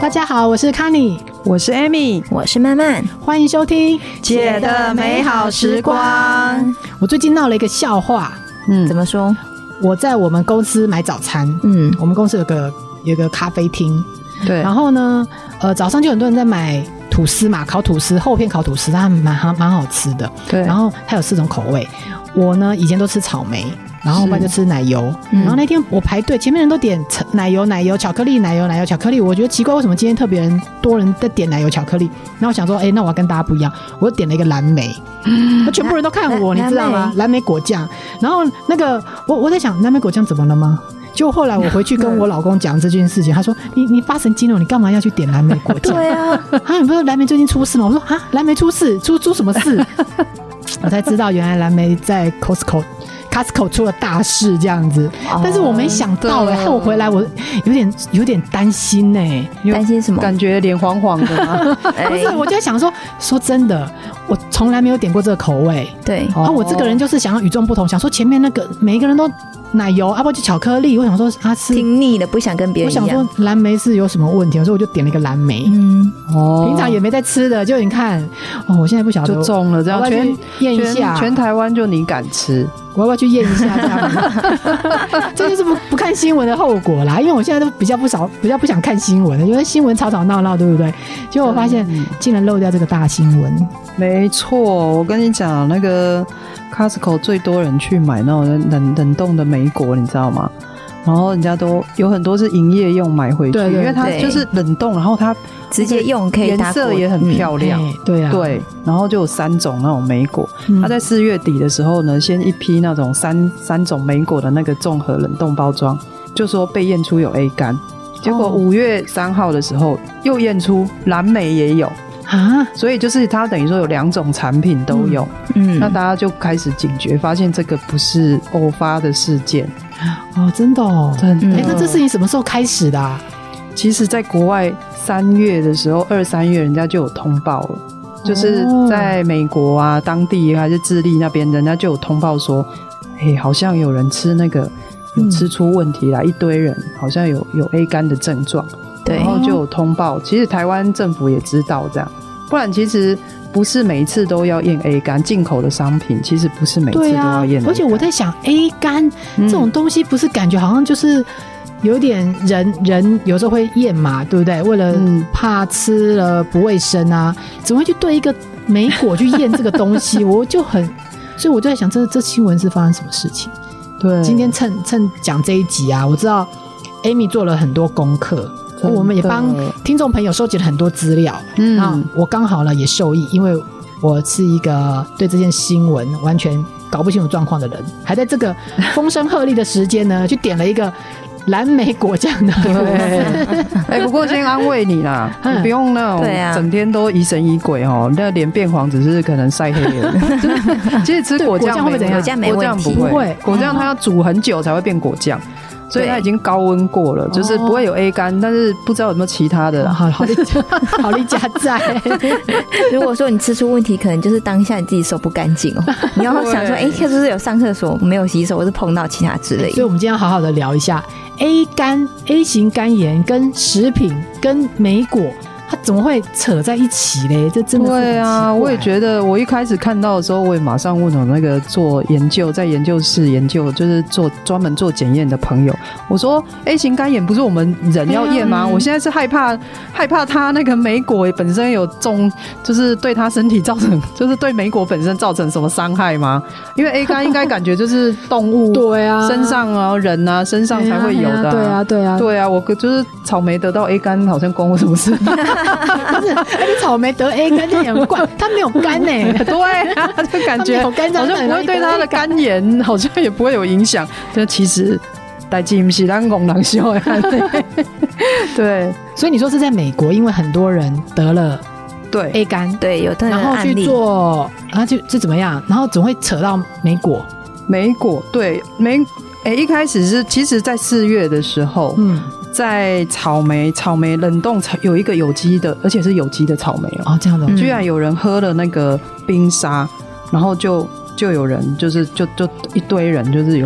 大家好，我是康妮， 我是 Amy， 我是曼曼， 欢迎收听姐的美好时光。 我最近闹了一个笑话， 怎么说？ 我在我们公司买早餐，我们公司有个咖啡厅， 对， 然后呢，早上就很多人在买吐司嘛，烤吐司，厚片烤吐司，它蛮好吃的， 对， 然后它有4种口味，我呢以前都吃草莓。然后后来就吃奶油，然后那天我排队，前面人都点奶油巧克力，奶油巧克力，我觉得奇怪，为什么今天特别多人在点奶油巧克力？然后我想说，那我要跟大家不一样，我就点了一个蓝莓，全部人都看我，你知道吗？蓝莓果酱。然后那个我在想，蓝莓果酱怎么了吗？就后来我回去跟我老公讲这件事情，他说你发神经了，你干嘛要去点蓝莓果酱？ 对啊， 你不是蓝莓最近出事吗？我说蓝莓出事，出什么事？我才知道原来蓝莓在 Costco 出了大事这样子，但是我没想到害我回来我有点担心担心什么？ 感觉脸黄黄的吗？ 不是，我就在想说真的，我从来没有点过这个口味。 对， 我这个人就是想要与众不同，想说前面那个每一个人都奶油，不就巧克力，我想说是听腻了，不想跟别人一样。 我想说蓝莓是有什么问题，所以我就点了一个蓝莓。平常也没在吃的，就你看，我现在不晓得就中了，这样验一下， 全台湾就你敢吃。 我要不要去验一下这样？这就是不看新闻的后果啦。因为我现在都比较不想看新闻了，因为新闻吵吵闹闹，对不对？结果我发现竟然漏掉这个大新闻。 没错，我跟你讲，那个 Costco 最多人去买那种冷冻的莓果，你知道吗？然后人家都有很多是营业用买回去，对，因为它就是冷冻，然后它直接用可以颜色也很漂亮， 对啊， 对，然后就有3种那种莓果，它在4月底的时候呢，先一批那种三种莓果的那个综合冷冻包装，就说被验出有 A 肝，结果5月3号的时候又验出蓝莓也有。所以就是它等于说有2种产品都有，那大家就开始警觉，发现这个不是偶发的事件。 真的那这事情什么时候开始的啊？ 其实在国外3月的时候，2、3月人家就有通报了，就是在美国啊当地还是智利那边，人家就有通报说好像有人吃那个有吃出问题来，一堆人好像有 A 肝的症状，然后就有通报。其实台湾政府也知道这样，不然其实不是每一次都要验 A 肝，进口的商品其实不是每次都要验 A 肝。 而且我在想 A 肝这种东西，不是感觉好像就是有点人有时候会验嘛，对不对？为了怕吃了不卫生啊，怎么会去对一个莓果去验这个东西？所以我就在想，这新闻是发生什么事情？对，今天趁讲这一集啊，我知道 Amy 做了很多功课。我们也帮听众朋友收集了很多资料，那我刚好呢也受益，因为我是一个对这件新闻完全搞不清楚状况的人，还在这个风声鹤唳的时间呢，去点了一个蓝莓果酱的。 对，不过先安慰你啦，你不用那种整天都疑神疑鬼哦，那脸变黄只是可能晒黑了。其实吃果酱会不会怎样？ 果酱没问题， 不会，果酱它要煮很久才会变果酱。所以它已经高温过了，就是不会有 A 肝，但是不知道有没有其他的。 好利加在。 如果说你吃出问题，可能就是当下你自己手不干净哦。你要想说，是不是有上厕所没有洗手，或是碰到其他之类的。 所以我们今天要好好的聊一下 A 型肝炎跟食品跟莓果。它怎么会扯在一起嘞？这真的是很奇怪。 对啊，我也觉得，我一开始看到的时候，我也马上问我那个做研究，在研究室研究，就是专门做检验的朋友，我说 A 型肝炎不是我们人要验吗？我现在是害怕它那个莓果本身有就是对它身体造成，就是对莓果本身造成什么伤害吗？因为 A 肝应该感觉就是动物对啊身上啊人啊身上才会有的。对啊，我就是草莓得到 A 肝，好像关我什么事？ 不是，而且草莓得 A 肝就很怪，它没有肝对啊，就感觉好像不会对它的肝炎好像也不会有影响。但其实代志不是咱憨人想的。对， 所以你说是在美国，因为很多人得了对 A 肝， 对，有的人然后去做，然后就怎么样，然后总会扯到莓果对一开始是其实在4月的时候，在草莓冷冻有一个有机的，而且是有机的草莓这样的， 居然有人喝了那个冰沙，然后就有人就一堆人就是有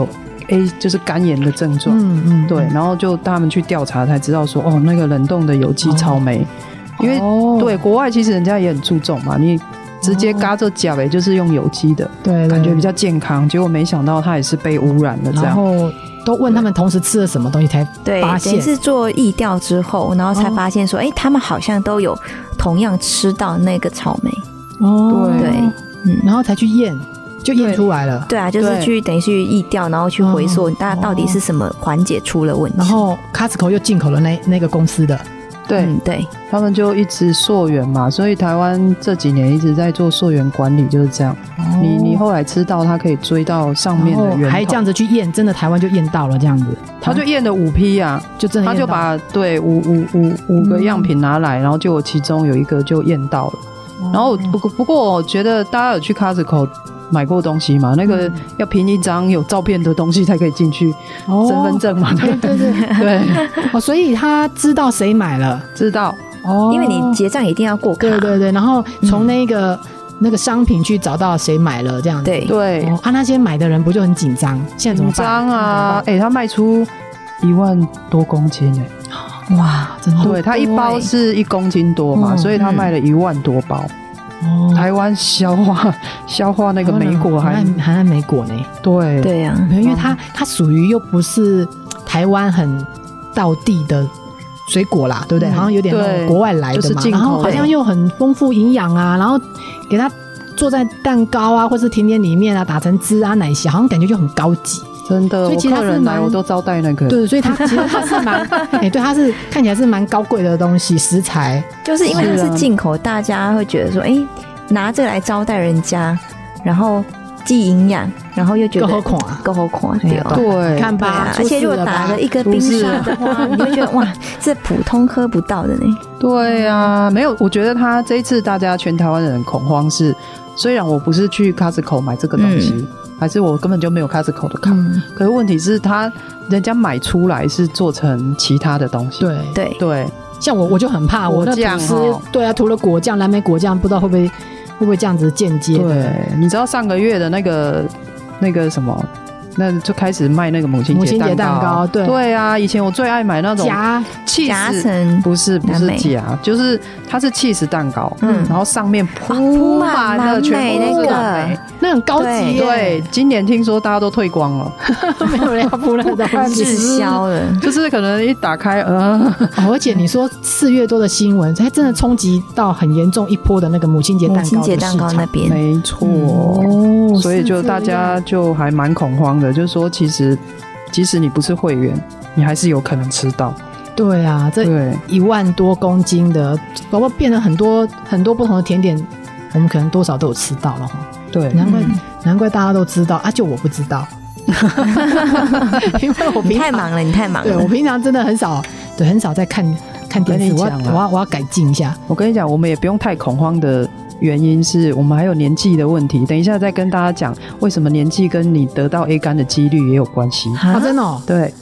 A 就是肝炎的症状，对，然后就他们去调查才知道说，哦，那个冷冻的有机草莓，因为对国外其实人家也很注重嘛，你直接嘎这甲呗，就是用有机的， 对， 感觉比较健康，结果没想到它也是被污染的这样， 然后都问他们同时吃了什么东西才发现， 对，是做疫调之后，然后才发现说，他们好像都有同样吃到那个草莓，对， 然后才去验。就验出来了， 对啊，就是去等于去疫调，然后去回溯大家到底是什么环节出了问题。 然后 Costco 又进口了那个公司的， 对对， 他们就一直溯源嘛，所以台湾这几年一直在做溯源管理，就是这样。你后来吃到，它可以追到上面的源头， 还这样子去验，真的台湾就验到了这样子， 他就验了5批啊， 就真的验到， 他就把对五个样品拿来，然后就其中有一个就验到了。然后不过我觉得大家有去 Costco买过东西嘛？那个要凭一张有照片的东西才可以进去，身份证嘛。 对，所以他知道谁买了， 知道因为你结账一定要过卡， 对，然后从那个商品去找到谁买了这样子， 对， 那些买的人不就很紧张？现在怎么办？ 紧张啊！他卖出1万多公斤哇，真的， 对，他一包是1公斤多嘛，所以他卖了1万多包。台湾消化那个莓果还在美国呢， 对啊， 因为它属于又不是台湾很道地的水果啦，对不对？好像有点那种国外来的嘛，然后好像又很丰富营养啊，然后给它做在蛋糕啊，或是甜点里面啊，打成汁啊、奶昔，好像感觉就很高级。 真的，所以其实客人来我都招待那个。 对，所以它其实它是蛮对，它是看起来是蛮高贵的东西，食材就是因为它是进口，大家会觉得说，拿这个来招待人家，然后既营养，然后又觉得够好看， 对， 看吧， 而且如果打了一个冰沙的话，你会觉得哇，这普通喝不到的呢。 对啊，没有，我觉得他这一次大家全台湾的人恐慌是，虽然我不是去 Costco 买这个东西。还是我根本就没有 Costco 的卡，可是问题是人家买出来是做成其他的东西，对， 像我就很怕，我那吐司，对啊，涂了果酱，蓝莓果酱，不知道会不会这样子间接的。 对，你知道上个月的那个什么？那就开始卖那个母亲节蛋糕，对啊，以前我最爱买那种夹层， 不是夹，就是它是cheese蛋糕，然后上面铺满了全部都是蓝莓， 那很高级。 对，今年听说大家都退光了， 没有人要铺那个东西， 滞销了， 就是可能一打开， 而且你说4月多的新闻，它真的冲击到很严重一波的那个母亲节蛋糕那边， 没错，所以就大家就还蛮恐慌。就是说其实即使你不是会员，你还是有可能吃到。 对啊，这1万多公斤的，包括变了很多不同的甜点，我们可能多少都有吃到了。 对， 难怪大家都知道啊，就我不知道。因为我你太忙了， 对，我平常真的很少在看电视，我要改进一下。 我跟你讲，我们也不用太恐慌的原因是我们还有年纪的问题，等一下再跟大家讲为什么年纪跟你得到 A 肝的几率也有关系。 真的哦？ 对。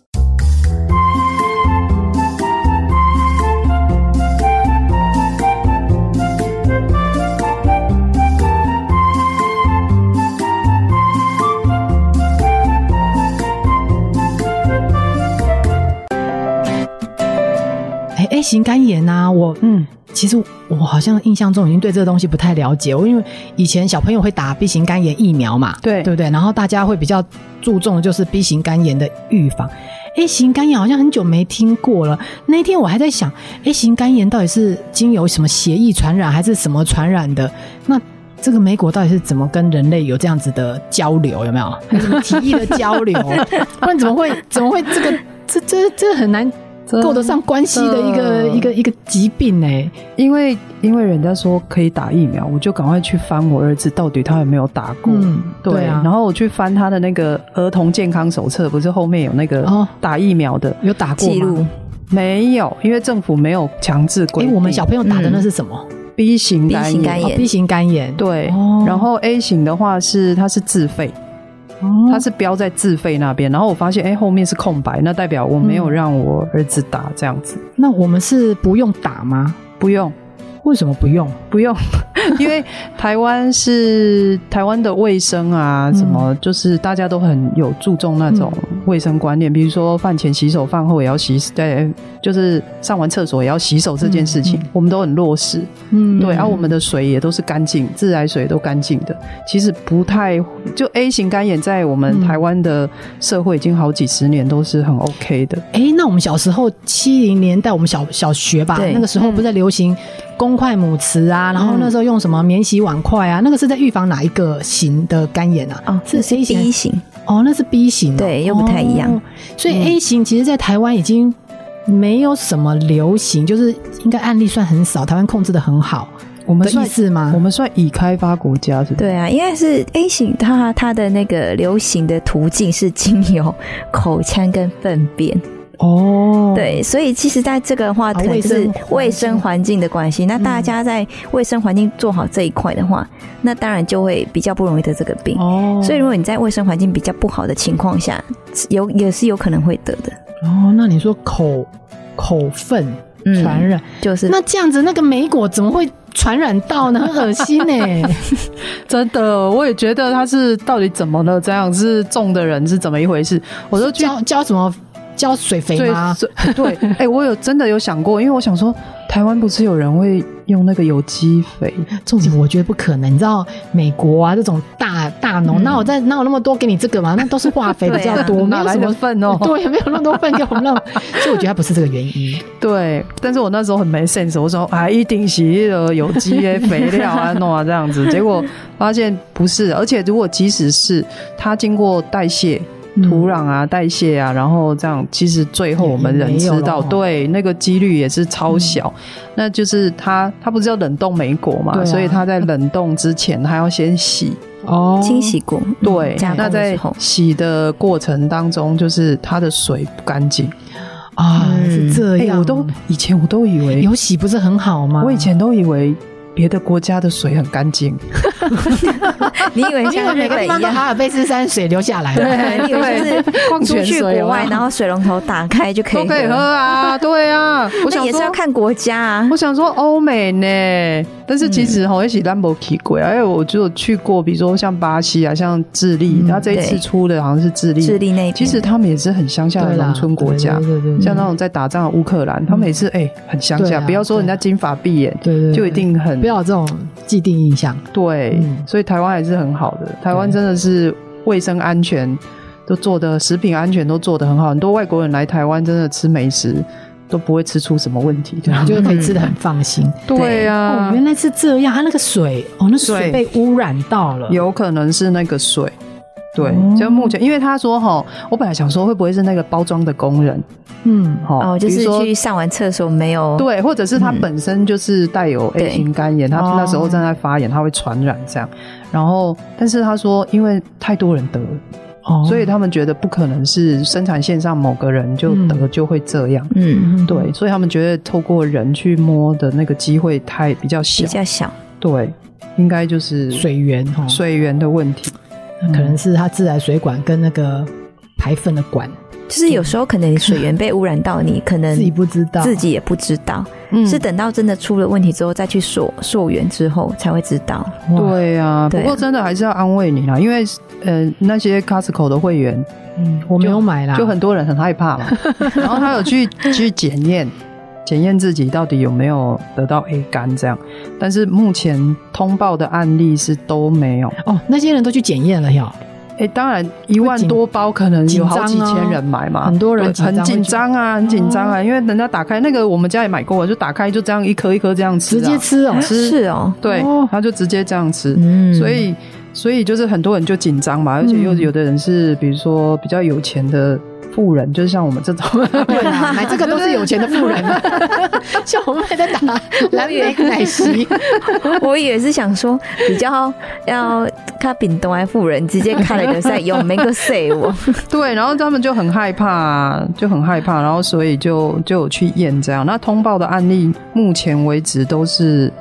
A 型肝炎啊，其实我好像印象中已经对这个东西不太了解，因为以前小朋友会打 B 型肝炎疫苗嘛，对不对？然后大家会比较注重的就是 B 型肝炎的预防。A 型肝炎好像很久没听过了，那一天我还在想 A 型肝炎到底是经由什么血液传染还是什么传染的，那这个莓果到底是怎么跟人类有这样子的交流，有没有什么体液的交流？不然怎么会这很难够得上关系的一个疾病呢？因为人家说可以打疫苗，我就赶快去翻我儿子到底他有没有打过。对啊，然后我去翻他的那个儿童健康手册，不是后面有那个打疫苗的， 有打过吗？记录没有，因为政府没有强制规定。 我们小朋友打的那是什么 ？B 型肝炎。 B 型肝炎， 对。然后 A 型的话它是自费。它是标在自费那边，然后我发现后面是空白，那代表我没有让我儿子打这样子。 那我们是不用打吗？ 不用， 为什么不用？ 因为台湾的卫生啊，什么就是大家都很有注重那种卫生观念，比如说饭前洗手，饭后也要洗，对，就是上完厕所也要洗手这件事情，我们都很落实。对，我们的水也都是干净，自来水都干净的。其实不太就 A 型肝炎在我们台湾的社会已经好几十年都是很 OK 的。 那我们小时候70年代，我们小学吧，那个时候不是在流行公筷母匙啊，然后那时候用什么免洗碗筷啊，那个是在预防哪一个型的肝炎啊？ 是 A 型 B 型那是 B 型对，又不太一样。 所以 A 型其实在台湾已经没有什么流行，就是应该案例算很少，台湾控制得很好。我们算是吗？ 我们算已开发国家是不是？ 对啊，应该是 A 型，它的那个流行的途径是经由口腔跟粪便。对，所以其实在这个的话可能就是卫生环境的关系，那大家在卫生环境做好这一块的话，那当然就会比较不容易得这个病。所以如果你在卫生环境比较不好的情况下，也是有可能会得的。 那你说口粪传染， 就是那这样子，那个莓果怎么会传染到呢？很恶心欸真的，我也觉得他是到底怎么了？这样是种的人是怎么一回事？我都浇什么？浇水肥吗？ 对，我真的有想过，因为我想说，台湾不是有人会用那个有机肥？ 重点我觉得不可能，你知道美国啊这种大农，哪有那么多给你这个嘛？那都是化肥比较多， 哪来的粪哦？ 对，没有那么多粪给我们弄，所以我觉得它不是这个原因。 对，但是我那时候很没 sense， 我说一定是有机的肥料啊弄啊这样子，结果发现不是，而且如果即使是它经过代谢。土壤啊代谢啊，然后这样其实最后我们人吃到对那个几率也是超小。那就是它不是要冷冻莓果嘛，所以它在冷冻之前它要先洗清洗过。 对，那在洗的过程当中就是它的水不干净是这样。 以前我都以为有洗不是很好吗？ 我以前都以为别的国家的水很干净你以为像每个地方都哈尔卑斯山水流下来了？ 对，你以为就是出去国外然后水龙头打开就可以喝啊？对啊，我想那也是要看国家啊。 我想说欧美呢，但是其实一起没去过，因为我就有去过，比如说像巴西啊，像智利，他这一次出的好像是智利那边， 其实他们也是很乡下的农村国家，对，像那种在打仗的乌克兰，他们也是很乡下，不要说人家金发碧眼，就一定很不要有这种既定印象。 对，所以台湾还是很好的，台湾真的是卫生安全都做的，食品安全都做得很好，很多外国人来台湾真的吃美食都不会吃出什么问题， 就是可以吃得很放心。 对啊， 原来是这样，它那个水那水被污染到了， 有可能是那个水。对，就目前因为他说我本来想说会不会是那个包装的工人， 就是去上完厕所没有， 对，或者是他本身就是带有 A 型肝炎，他那时候正在发炎，他会传染这样。然后但是他说因为太多人得了，所以他们觉得不可能是生产线上某个人就得就会这样。对，所以他们觉得透过人去摸的那个机会比较小。对，应该就是水源的问题。 可能是它自来水管跟那个排粪的管， 就是有时候可能水源被污染到，你可能自己不知道， 自己也不知道，是等到真的出了问题之后再去溯源之后才会知道。 对啊，不过真的还是要安慰你啦，因为那些 Costco 的会员， 我没有买啦， 就很多人很害怕嘛，然后他有去检验自己到底有没有得到 A 肝这样，但是目前通报的案例是都没有。 那些人都去检验了哟。 当然1万多包可能有好几千人买嘛， 很多人很紧张啊，很紧张啊，因为人家打开那个我们家也买过，就打开就这样一颗一颗这样吃， 直接吃是哦， 对，他就直接这样吃，所以就是很多人就紧张嘛，而且又有的人是比如说比较有钱的富人，就是像我们这种对啦，买这个都是有钱的富人像我们还在打蓝莓奶昔我也是想说比较要看屏东的富人直接看了就在用没个 say 我对，然后他们就很害怕，然后所以就有去验这样。那通报的案例目前为止都是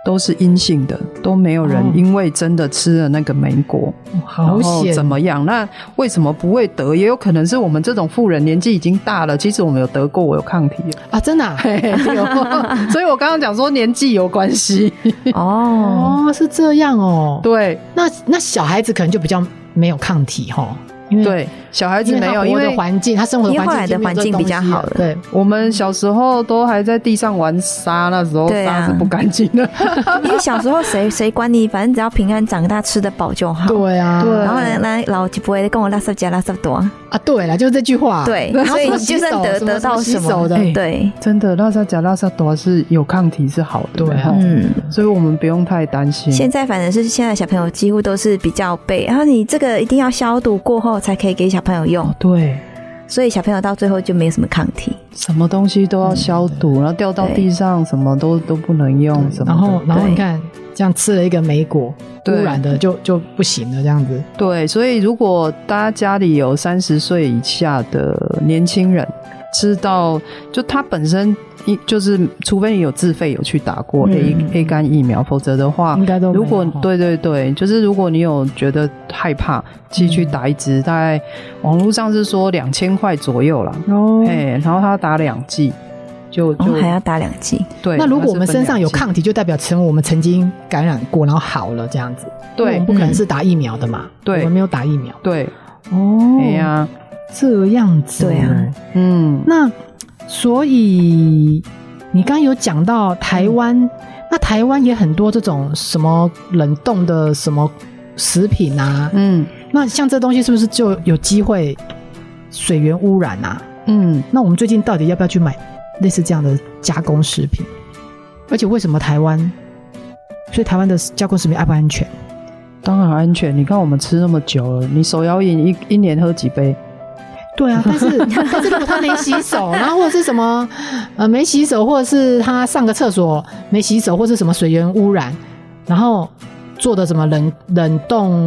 都是阴性的，都没有人因为真的吃了那个莓果， 好险， 怎么样？那为什么不会得？也有可能是我们这种妇人年纪已经大了，其实我们有得过，我有抗体啊，真的啊？ 有，所以我刚刚讲说年纪有关系。 哦，是这样哦。 对， 那小孩子可能就比较没有抗体齁。 对，小孩子没有， 因为环境，他生活的后来的环境比较好了。 对，我们小时候都还在地上玩沙，那时候沙是不干净的。 因为小时候谁管你，反正只要平安长大，吃得饱就好。 对啊，对。 然后呢，老就不会跟我垃圾加垃圾多啊。 对了，就是这句话。 对，所以就算得到什么的， 对， 真的垃圾加垃圾多是有抗体是好的。 对啊， 所以我们不用太担心。 现在反正是现在小朋友几乎都是比较背，然后你这个一定要消毒过后才可以给小朋友用。 对。 所以小朋友到最后就没什么抗体， 什么东西都要消毒，然后掉到地上什么都不能用什么的。 然后你看这样吃了一个莓果，污染的就不行了，这样子。 对，所以如果大家家里有30岁以下的年轻人，吃到就他本身就是除非你有自费有去打过 A 肝疫苗，否则的话应该都没有。 如果对，就是如果你有觉得害怕，其实去打一支，大概网络上是说2000块左右啦。然后他打2剂，就还要打2剂。 对， 那如果我们身上有抗体，就代表我们曾经感染过，然后好了这样子。 对， 我们不可能是打疫苗的嘛。 对， 我们没有打疫苗。 对， 哎呀，这样子。 对啊， 那所以你刚刚有讲到台湾，那台湾也很多这种什么冷冻的什么食品啊，那像这东西是不是就有机会水源污染啊？那我们最近到底要不要去买类似这样的加工食品？而且为什么台湾？所以台湾的加工食品安不安全？ 当然安全，你看我们吃那么久了，你手摇饮一年喝几杯？ 对啊，但是如果他没洗手，然后或者是什么没洗手，或者是他上个厕所没洗手，或者是什么水源污染，然后做的什么冷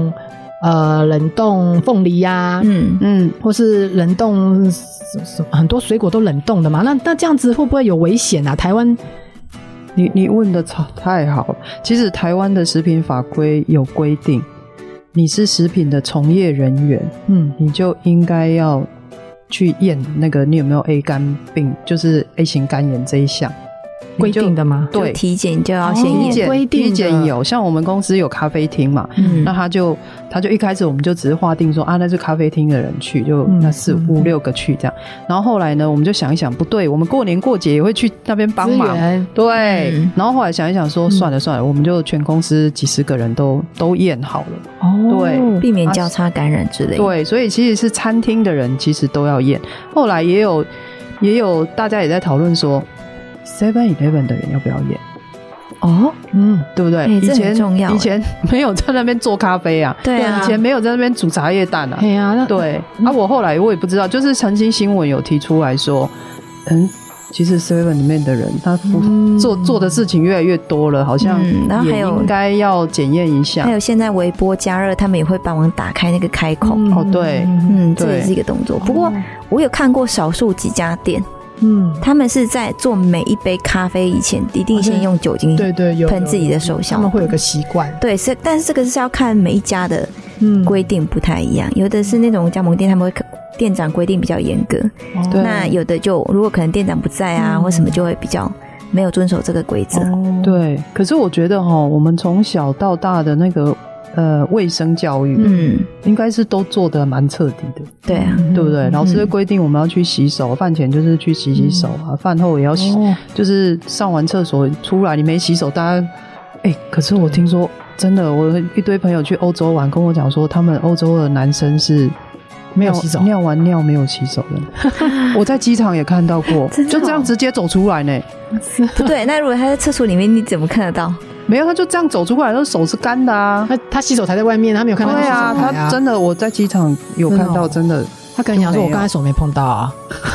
冻凤梨呀，或是冷冻很多水果都冷冻的嘛，那这样子会不会有危险啊？台湾， 你问的太好了，其实台湾的食品法规有规定，你是食品的从业人员，你就应该要去验那个你有没有 A 肝病，就是 A 型肝炎这一项规定的吗？ 对， 体检就要先验。 体检有，像我们公司有咖啡厅嘛，那他就一开始我们就只是划定说那是咖啡厅的人去，就那4、5、6个去这样。然后后来呢，我们就想一想，不对，我们过年过节也会去那边帮忙，对。然后后来想一想说，算了，我们就全公司几十个人都验好了，对， 避免交叉感染之类的。 对，所以其实是餐厅的人其实都要验。后来也有大家也在讨论说。7-11 的人要不要验？对不对？ 这很重要。 以前没有在那边做咖啡啊， 对啊， 以前没有在那边煮茶叶蛋啊，对。我后来我也不知道，就是曾经新闻有提出来说，其实 7 里面的人他做的事情越来越多了，好像也应该要检验一下。 还有现在微波加热，他们也会帮忙打开那个开口。 对， 这也是一个动作。不过我有看过少数几家店。他们是在做每一杯咖啡以前一定先用酒精喷自己的手消毒， 他们会有个习惯。 对，但是这个是要看每一家的规定不太一样，有的是那种加盟店他们会店长规定比较严格，那有的就如果可能店长不在啊或什么就会比较没有遵守这个规则。 对，可是我觉得我们从小到大的那个卫生教育，应该是都做得蛮彻底的， 对啊， 对不对？老师会规定我们要去洗手，饭前就是去洗手啊，饭后也要洗，就是上完厕所出来你没洗手，大家可是我听说真的，我一堆朋友去欧洲玩，跟我讲说他们欧洲的男生是没有洗手， 尿完尿没有洗手的。我在机场也看到过，就这样直接走出来呢。 不对，那如果他在厕所里面，你怎么看得到？ 没有，他就这样走出来，他手是干的啊。 他洗手台在外面，他没有看到他洗手台啊。 对啊，他真的，我在机场有看到，真的。 他可能想说，我刚才手没碰到啊。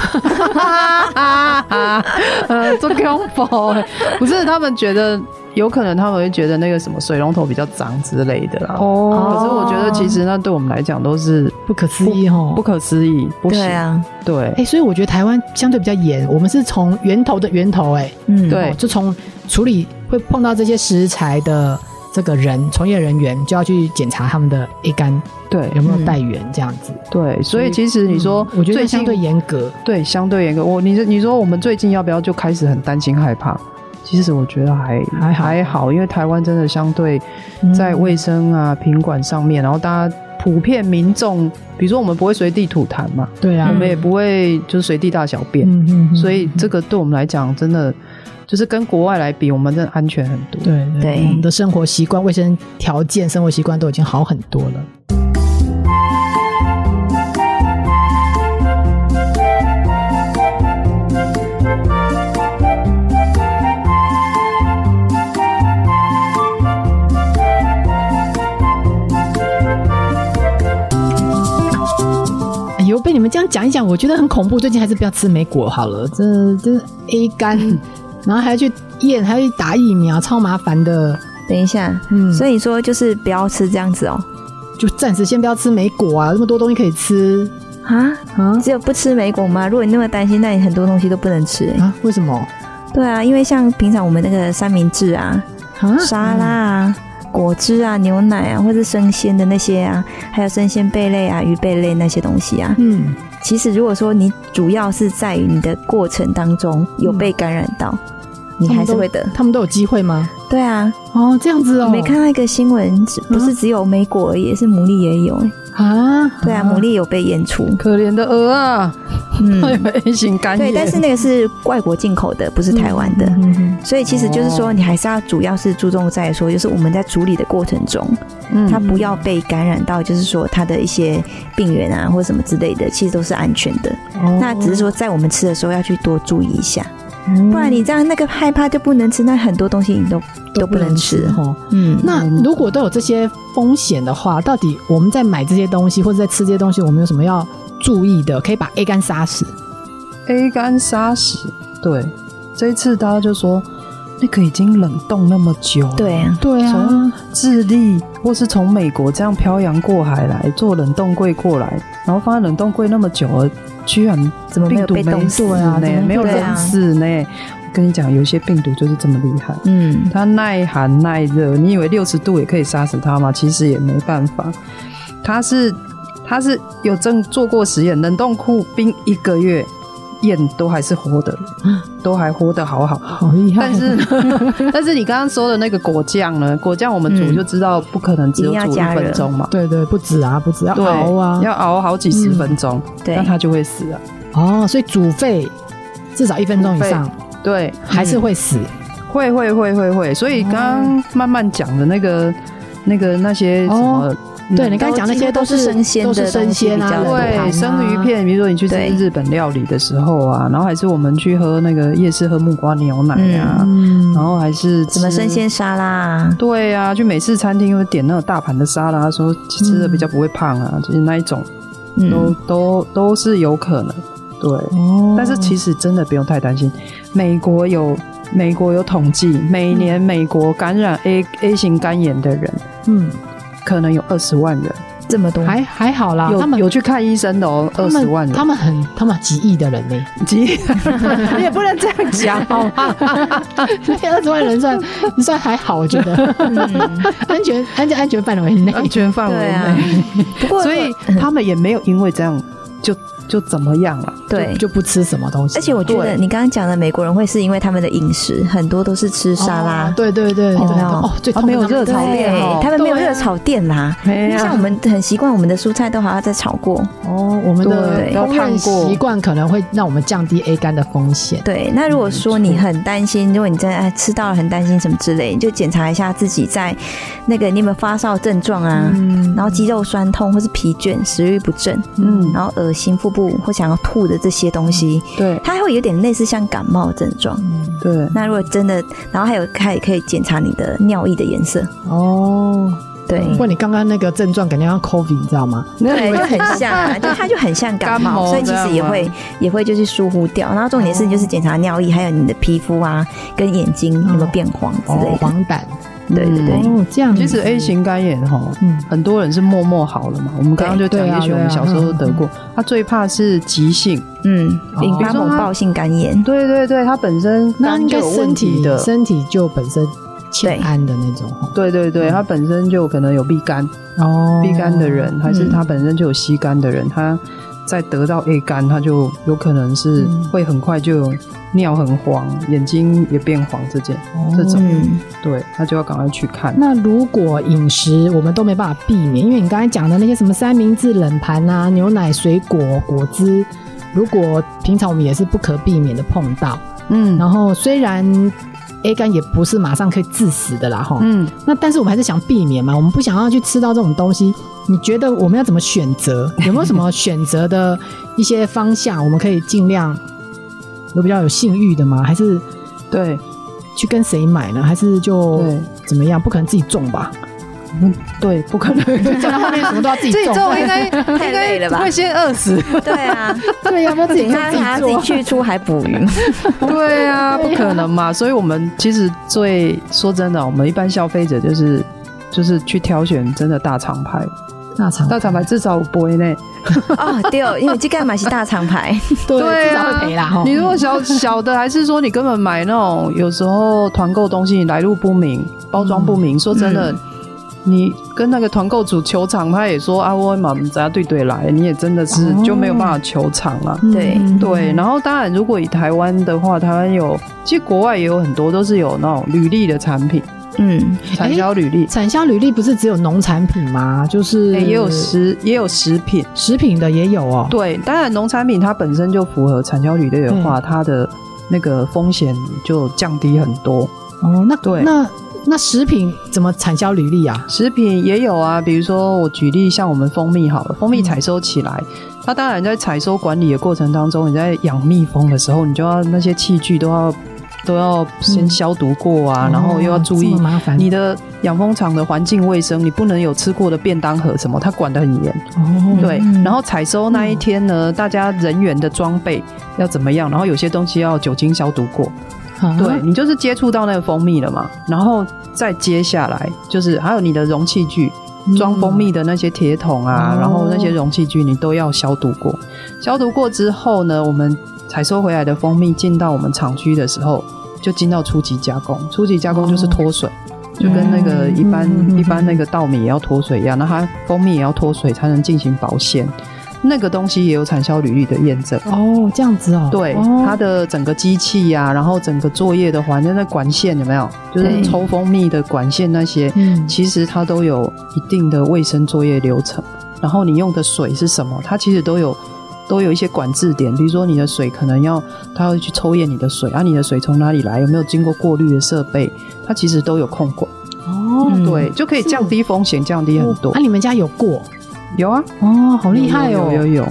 这恐怖，不是他们觉得。有可能他们会觉得那个什么水龙头比较脏之类的啦。可是我觉得其实那对我们来讲都是不可思议不可思议，不行。 对啊， 对。 所以我觉得台湾相对比较严，我们是从源头的源头， 对， 就从处理会碰到这些食材的这个从业人员就要去检查他们的 A 肝对有没有带源这样子。 对，所以其实你说， 我觉得相对严格， 对，相对严格。你说我们最近要不要就开始很担心害怕？其实我觉得还好，因为台湾真的相对在卫生啊、品管上面，然后大家普遍民众，比如说我们不会随地吐痰嘛， 对啊， 我们也不会就是随地大小便，所以这个对我们来讲真的就是跟国外来比，我们真的安全很多。 对，我们的生活习惯、卫生条件、生活习惯都已经好很多了。被你们这样讲一讲，我觉得很恐怖。最近还是不要吃莓果好了，这 A 肝，然后还要去验，还要去打疫苗，超麻烦的。 等一下，所以你说就是不要吃这样子哦， 就暂时先不要吃莓果啊，那么多东西可以吃啊？只有不吃莓果吗？如果你那么担心，那你很多东西都不能吃啊？为什么？ 对啊，因为像平常我们那个三明治啊、沙拉啊。果汁啊、牛奶啊，或是生鲜的那些啊，还有生鲜贝类啊、鱼贝类那些东西啊，其实如果说你主要是在于你的过程当中有被感染到，你还是会得。 他们都有机会吗？ 对啊。 哦，这样子哦。 你没看到一个新闻，不是只有莓果而已，是牡蛎也有啊。对啊，牡蛎有被验出。 可怜的鹅啊，有 A 型肝炎。 对，但是那个是外国进口的，不是台湾的。所以其实就是说，你还是要主要是注重在说，就是我们在处理的过程中，它不要被感染到，就是说它的一些病原啊或者什么之类的，其实都是安全的。那只是说在我们吃的时候要去多注意一下。不然你这样那个害怕就不能吃，那很多东西你都不能吃。 那如果都有这些风险的话，到底我们在买这些东西或者在吃这些东西，我们有什么要注意的，可以把 A 肝杀死？ A 肝杀死，对，这一次大家就说那个已经冷冻那么久了， 对啊， 从智利或是从美国这样漂洋过海来做冷冻柜过来，然后放在冷冻柜那么久了，居然怎么没有被冻死呢？没有冷死呢？我跟你讲，有些病毒就是这么厉害，它耐寒耐热，你以为60度也可以杀死它吗？其实也没办法，它是有做过实验，冷冻库冰1个月。验都还是活的，都还活得好厉害。 但是你刚刚说的那个果酱呢？果酱我们煮就知道不可能只有煮1分钟嘛。 对，不止要熬啊， 要熬好几十分钟，那它就会死了。 哦，所以煮沸至少1分钟以上， 对， 还是会死。 会。所以刚刚慢慢讲的那些什么。 对，你刚才讲那些都是生鲜啊， 对，生鱼片，比如说你去吃日本料理的时候啊，然后还是我们去喝那个夜市喝木瓜牛奶啊，然后还是什么生鲜沙拉啊， 对啊，去美式餐厅会点那种大盘的沙拉，说吃的比较不会胖啊，就是那一种，都是有可能，对，但是其实真的不用太担心，美国有统计，每年美国感染 A 型肝炎的人，可能有20万人， 这么多， 还好啦。 他们有去看医生的哦，20万人。他们几亿的人呢？ 几亿，你也不能这样讲好吗 ？20万人算还好，我觉得，安全范围内， 安全范围内。不过，所以他们也没有因为这样就怎么样了？ 对， 就不吃什么东西。 而且我觉得你刚刚讲的美国人会是因为他们的饮食很多都是吃沙拉， 对， 没有热炒店， 他们没有热炒店啦。像我们很习惯，我们的蔬菜都好像在炒过。 我们的烹饪习惯可能会让我们降低 A 肝的风险。 对，那如果说你很担心，如果你真的吃到了很担心什么之类，你就检查一下自己在那个你有没有发烧症状啊，然后肌肉酸痛或是疲倦、食欲不振，然后恶心、腹部或想要吐的这些东西， 对， 它会有点类似像感冒症状。 对， 那如果真的，然后还有可以检查你的尿液的颜色。对， 不过你刚刚那个症状感觉像 COVID， 你知道吗？ 对，就很像啊，它就很像感冒，所以其实也会就是疏忽掉。然后重点是就是检查尿液，还有你的皮肤啊跟眼睛有没有变黄之类的。 黄疸。 对对对， 这样。 其实 A 型肝炎很多人是默默好了嘛。我们刚刚就讲，也许我们小时候都得过。他最怕是急性， 引发猛暴性肝炎。 对对对，他本身肝就有问题的， 身体就本身欠安的那种。 对对对，他本身就可能有B肝，B肝的人，还是他本身就有C肝的人，他再得到 A 肝，他就有可能是会很快就有尿很黄，眼睛也变黄这种，对，他就要赶快去看。 那如果饮食我们都没办法避免，因为你刚才讲的那些什么三明治、冷盘啊、牛奶、水果、果汁，如果平常我们也是不可避免的碰到，然后虽然 A 肝也不是马上可以致死的啦，那但是我们还是想避免嘛，我们不想要去吃到这种东西。你觉得我们要怎么选择？有没有什么选择的一些方向，我们可以尽量有比较有性欲的吗？还是对去跟谁买呢？还是就怎么样？不可能自己种吧？ 对，不可能。 讲到后面什么都要自己种， 应该太累了吧？ 会先饿死。 对啊， 对，要不要自己还要自己去出海捕鱼？ 对啊，不可能嘛。所以我们其实说真的，我们一般消费者就是去挑选真的大厂牌。大厂牌至少有杯呢。 对，因为这个买是大厂牌， 对，至少会赔啦。 你如果小的，还是说你根本买那种有时候团购东西来路不明、包装不明，说真的。你跟那个团购主求偿，他也说我嘛不知道对来，你也真的是就没有办法求偿啊。对，然后当然如果以台湾的话，台湾有，其实国外也有很多都是有那种履历的产品。产销履历， 产销履历不是只有农产品吗？就是也有食品， 食品的也有哦。 对，当然农产品它本身就符合产销履历的话，它的那个风险就降低很多。 那食品怎么产销履历啊？ 食品也有啊，比如说我举例，像我们蜂蜜好了，蜂蜜采收起来，它当然在采收管理的过程当中，你在养蜜蜂的时候，你就要那些器具都要先消毒过啊，然后又要注意你的养蜂场的环境卫生，你不能有吃过的便当盒什么，它管得很严。对，然后采收那一天呢，大家人员的装备要怎么样，然后有些东西要酒精消毒过。对，你就是接触到那个蜂蜜了嘛，然后再接下来就是还有你的容器具，装蜂蜜的那些铁桶啊，然后那些容器具你都要消毒过。消毒过之后呢，我们采收回来的蜂蜜进到我们厂区的时候，就进到初级加工。初级加工就是脱水，就跟那个一般那个稻米也要脱水一样，那它蜂蜜也要脱水才能进行保鲜。那个东西也有产销履历的验证这样子哦。 对，它的整个机器啊，然后整个作业的环境，那管线有没有？就是抽蜂蜜的管线那些，其实它都有一定的卫生作业流程。然后你用的水是什么？它其实都有一些管制点，比如说你的水可能它要去抽验你的水啊，你的水从哪里来，有没有经过过滤的设备，它其实都有控管。对，就可以降低风险，降低很多。 你们家有过？ 有啊， 好厉害哦！ 有，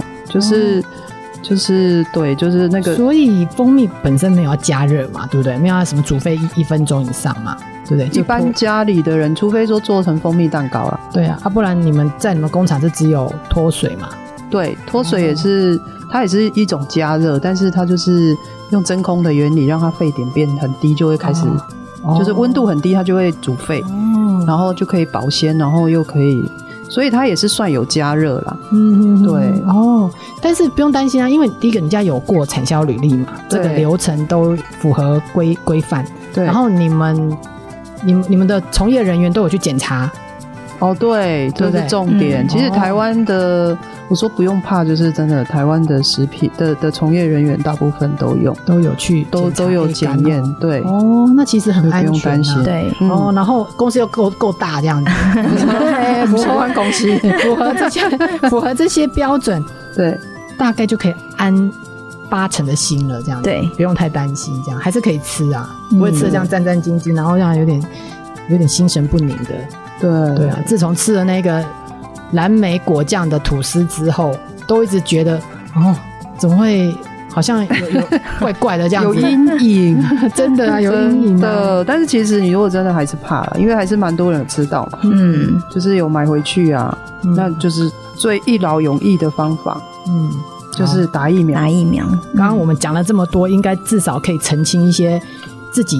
就是对，就是那个。 所以蜂蜜本身没有要加热嘛，对不对？没有要什么煮沸1分钟以上嘛，对不对？ 一般家里的人，除非说做成蜂蜜蛋糕啦。 对啊，不然你们工厂是只有脱水嘛？ 对，脱水也是，它也是一种加热，但是它就是用真空的原理，让它沸点变很低，就会开始，就是温度很低，它就会煮沸，然后就可以保鲜，然后又可以。所以它也是算有加热啦。对但是不用担心啊，因为第一个你家有过产销履历嘛，这个流程都符合规范。对，然后你们的从业人员都有去检查。 对，这是重点。其实台湾的，我说不用怕，就是真的，台湾的食品的从业人员大部分都有去都有检验。对， 那其实很安全， 不用担心。 对， 然后公司又够大这样子， 台湾公司符合这些标准， 对， 大概就可以安80%的心了，这样子， 对， 不用太担心，这样还是可以吃啊，不会吃的这样战战兢兢，然后让人有点心神不宁的。对啊，自从吃了那个蓝莓果酱的吐司之后，都一直觉得怎么会好像有怪怪的这样子， 有阴影， 真的啊，有阴影的。 但是其实你如果真的还是怕了，因为还是蛮多人有吃到嘛，就是有买回去啊，那就是最一劳永逸的方法，就是打疫苗。 刚刚我们讲了这么多，应该至少可以澄清一些自己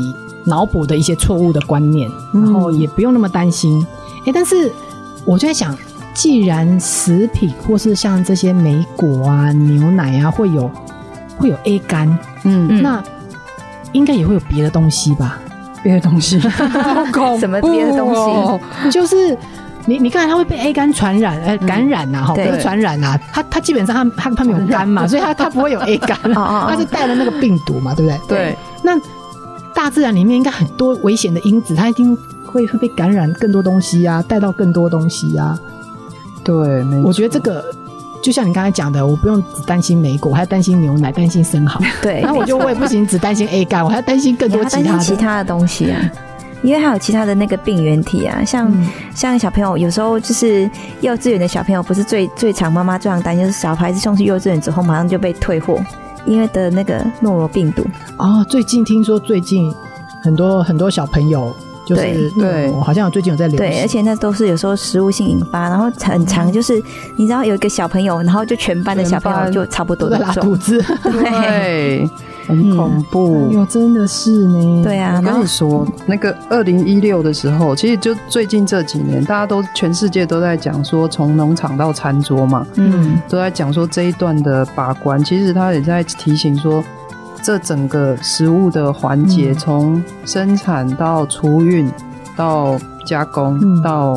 脑补的一些错误的观念，然后也不用那么担心。但是我就在想，既然食品或是像这些莓果啊、牛奶啊会有 A 肝，那应该也会有别的东西吧？ 别的东西，好恐怖哦！ 什么别的东西？ 就是你看它会被 A 肝传染，感染啊，不是传染啊，它基本上它没有肝嘛，所以它不会有 A 肝，它是带了那个病毒嘛，对不对？ 对。 那大自然里面应该很多危险的因子，它一定会被感染更多东西啊，带到更多东西啊。 对，没错。 我觉得这个就像你刚才讲的，我不用只担心莓果，我还要担心牛奶，担心生蚝。 对， 然后我也不行，只担心 A 肝，我还要担心更多其他的东西啊。因为还有其他的那个病原体啊，像小朋友有时候就是幼稚园的小朋友，不是最常妈妈最常担心就是小孩子送去幼稚园之后马上就被退货，因为得那个诺罗病毒。 最近听说很多小朋友就是对，好像最近有在流行。 对，而且那都是有时候食物性引发，然后很常就是你知道有一个小朋友，然后就全班的小朋友就差不多都拉肚子， 对。很恐怖， 真的是呢。 对啊， 我跟你说，那个2016的时候，其实就最近这几年，大家全世界都在讲说，从农场到餐桌嘛，都在讲说这一段的把关。其实他也在提醒说，这整个食物的环节，从生产到储运到加工，到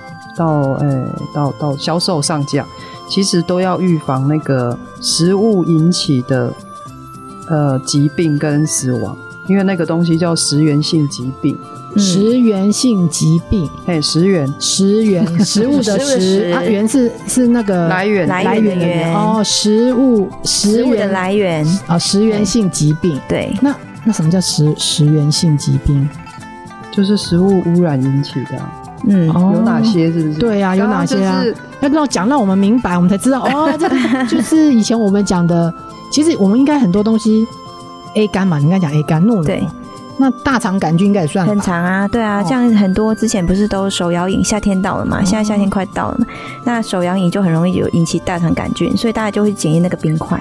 销售上架，其实都要预防那个食物引起的疾病跟死亡，因为那个东西叫食源性疾病。 食源性疾病， 食源， 食物的食啊，源是那个来源的源食物的来源食源性疾病。 对， 那什么叫食源性疾病？ 就是食物污染引起的。有哪些？是不是？ 对啊，有哪些啊？要跟我讲，让我们明白，我们才知道这个就是以前我们讲的。其实我们应该很多东西 A 肝嘛，你应该讲 A 肝诺罗。 对， 那大肠杆菌应该也算吧。 很长啊，对啊，像很多之前不是都手摇饮，夏天到了嘛，现在夏天快到了嘛，那手摇饮就很容易有引起大肠杆菌，所以大家就会检验那个冰块。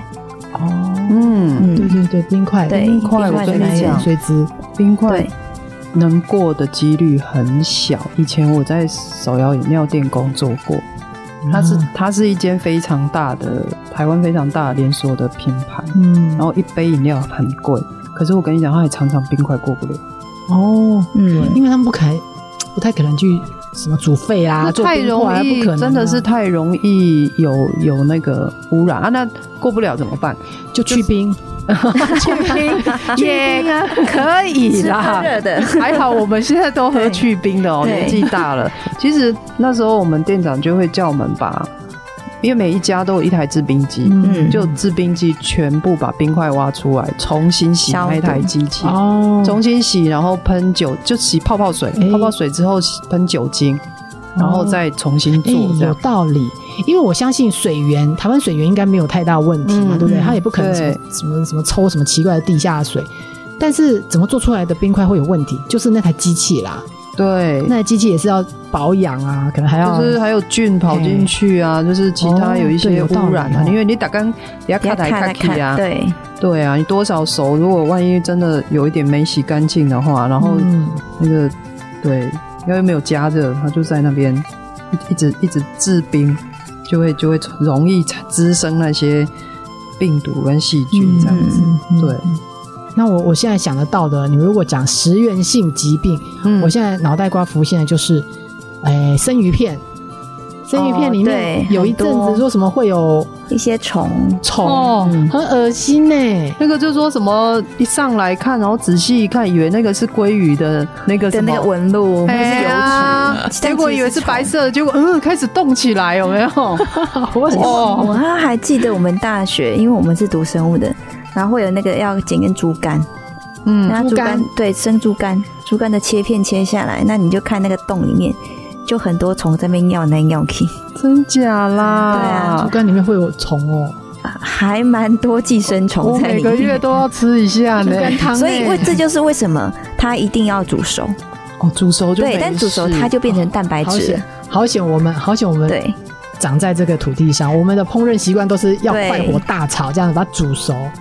对，冰块， 我跟你讲， 水质冰块能过的几率很小。以前我在手摇饮料店工作过。它是一间非常大的台湾非常大的连锁的品牌，然后一杯饮料很贵，可是我跟你讲，它也常常冰块过不了。 因为他们不太可能去什么煮沸啊， 太容易，不可能真的是太容易有那个污染啊。那过不了怎么办？ 就去冰。 去冰也可以啦， 热的还好我们现在都喝去冰的年纪大了。其实那时候我们店长就会叫我们因为每一家都有一台制冰机，就制冰机全部把冰块挖出来，重新洗那台机器，重新洗，然后喷酒，就洗泡泡水，泡泡水之后喷酒精，然后再重新做，这样有道理。因为我相信台湾水源应该没有太大问题嘛，对不对？它也不可能什么抽什么奇怪的地下水，但是怎么做出来的冰块会有问题？就是那台机器啦。 对， 那台机器也是要保养啊，可能还要就是还有菌跑进去啊，就是其他有一些污染啊。因为你打刚要卡台卡去啊，对啊，你多少熟，如果万一真的有一点没洗干净的话，然后那个对，要又没有加热，它就在那边一直制冰。就会容易滋生那些病毒跟细菌这样子。对， 那我现在想得到的，你们如果讲食源性疾病，我现在脑袋瓜浮现的就是生鱼片里面有一阵子说什么会有一些虫， 很恶心欸。 那个就说什么一上来看，然后仔细一看，以为那个是鲑鱼的那个什么纹路，或是油脂， 结果以为是白色的，结果开始动起来，有没有？ 我还记得我们大学，因为我们是读生物的，然后会有那个要检验猪肝。猪肝对，生猪肝的切片切下来，那你就看那个洞里面。就很多虫在那边尿来尿去， 真假啦？ 对啊， 猪肝里面会有虫还蛮多寄生虫在里面， 我每个月都要吃一下呢。 所以这就是为什么它一定要煮熟。 煮熟就没事。 对，但煮熟它就变成蛋白质。 好险我们对长在这个土地上，我们的烹饪习惯都是要快火大炒，这样把它煮熟。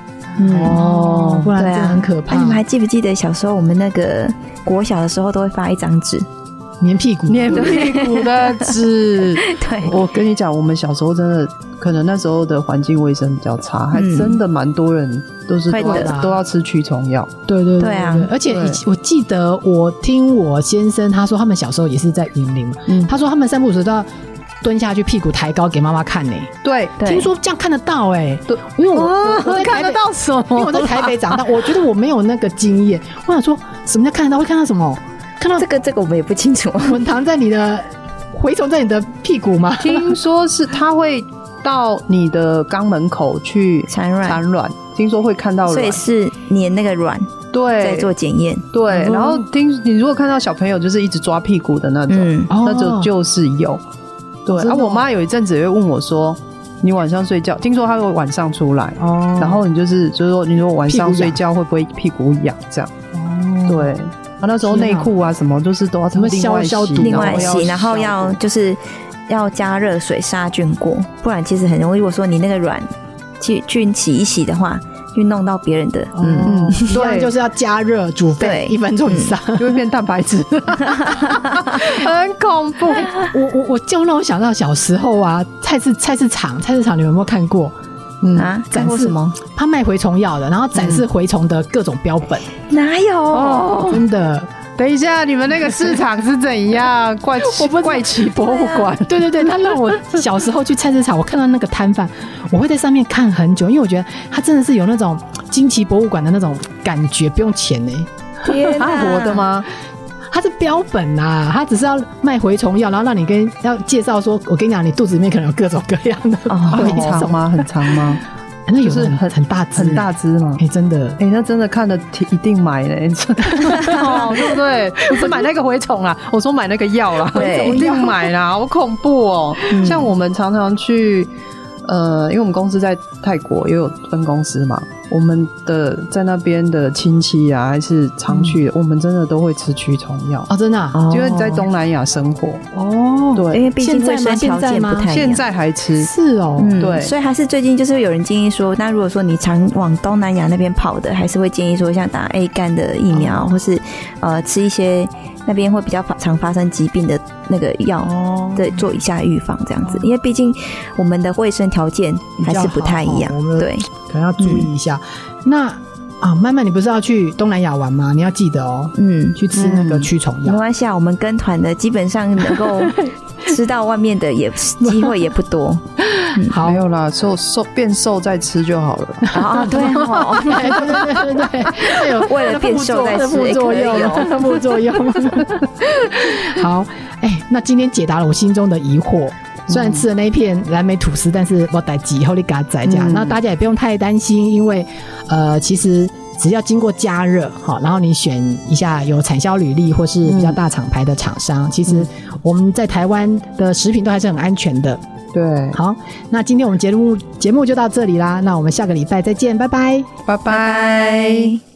不然真的很可怕。 你们还记不记得小时候我们那个国小的时候都会发一张纸， 粘屁股的纸？ 对， 我跟你讲，我们小时候真的可能那时候的环境卫生比较差，还真的蛮多人都要吃驱虫药。 对啊， 而且我记得我听我先生他说，他们小时候也是在云林嘛，他说他们散步的时候都要蹲下去，屁股抬高给妈妈看呢。 对， 听说这样看得到哎。对，因为我在看得到什么？ 因为我在台北长大，我觉得我没有那个经验。我想说，什么叫看得到？会看到什么？看到这个我们也不清楚。 蚊糖在你的蛔虫在你的屁股吗？ 听说是它会到你的肛门口去产卵，听说会看到卵， 所以是粘那个卵。 对， 在做检验。 对，然后你如果看到小朋友就是一直抓屁股的那种，那就是有。对，我妈有一阵子也会问我说，你晚上睡觉，听说她会晚上出来，然后你就是说，你如果晚上睡觉会不会屁股痒这样？对，那时候内裤啊什么就是都要另外洗， 然后要加热水杀菌过，不然其实很容易。如果说你那个卵去洗一洗的话，去弄到别人的， 对，就是要加热煮沸1分钟以上， 就会变蛋白质，很恐怖。 我就让我想到小时候啊，菜市场你们有没有看过？ 看过什么？ 他卖蛔虫药的，然后展示蛔虫的各种标本。 哪有？ 真的。 等一下，你们那个市场是怎样？怪奇博物馆？ 对，他让我小时候去菜市场，我看到那个摊贩，我会在上面看很久，因为我觉得他真的是有那种惊奇博物馆的那种感觉，不用钱呢。 他活的吗？ 他是标本啊，他只是要卖蛔虫药，然后让你要介绍说，我跟你讲，你肚子里面可能有各种各样的蛔虫。很长吗？ 那有是很大只， 很大只吗？ 真的， 那真的看了一定买嘞，对不对？不是买那个蛔虫啦，我说买那个药啦，一定买啦，好恐怖哦！像我们常常去，因为我们公司在泰国也有分公司嘛，我们的在那边的亲戚啊，还是常去的，我们真的都会吃驱虫药哦，真的， 因为在东南亚生活对， 因为毕竟卫生条件不太一样， 现在还吃， 是哦， 对， 所以还是最近就是有人建议说，那如果说你常往东南亚那边跑的，还是会建议说像打 A 肝的疫苗，或是吃一些那边会比较常发生疾病的那个药，对，做一下预防这样子，因为毕竟我们的卫生条件还是不太一样，对， 可能要注意一下。那曼曼，你不是要去东南亚玩吗？你要记得哦，去吃那个驱虫药。 没关系啊，我们跟团的基本上能够吃到外面的机会也不多。 好，没有啦，变瘦再吃就好了。 对哦， 对， 为了变瘦再吃副作用。好，那今天解答了我心中的疑惑。虽然吃了那一片蓝莓吐司，但是我带几后你给它摘这样，那大家也不用太担心，因为其实只要经过加热，然后你选一下有产销履历或是比较大厂牌的厂商，其实我们在台湾的食品都还是很安全的。 对， 好，那今天我们节目就到这里啦，那我们下个礼拜再见，拜拜， 拜拜。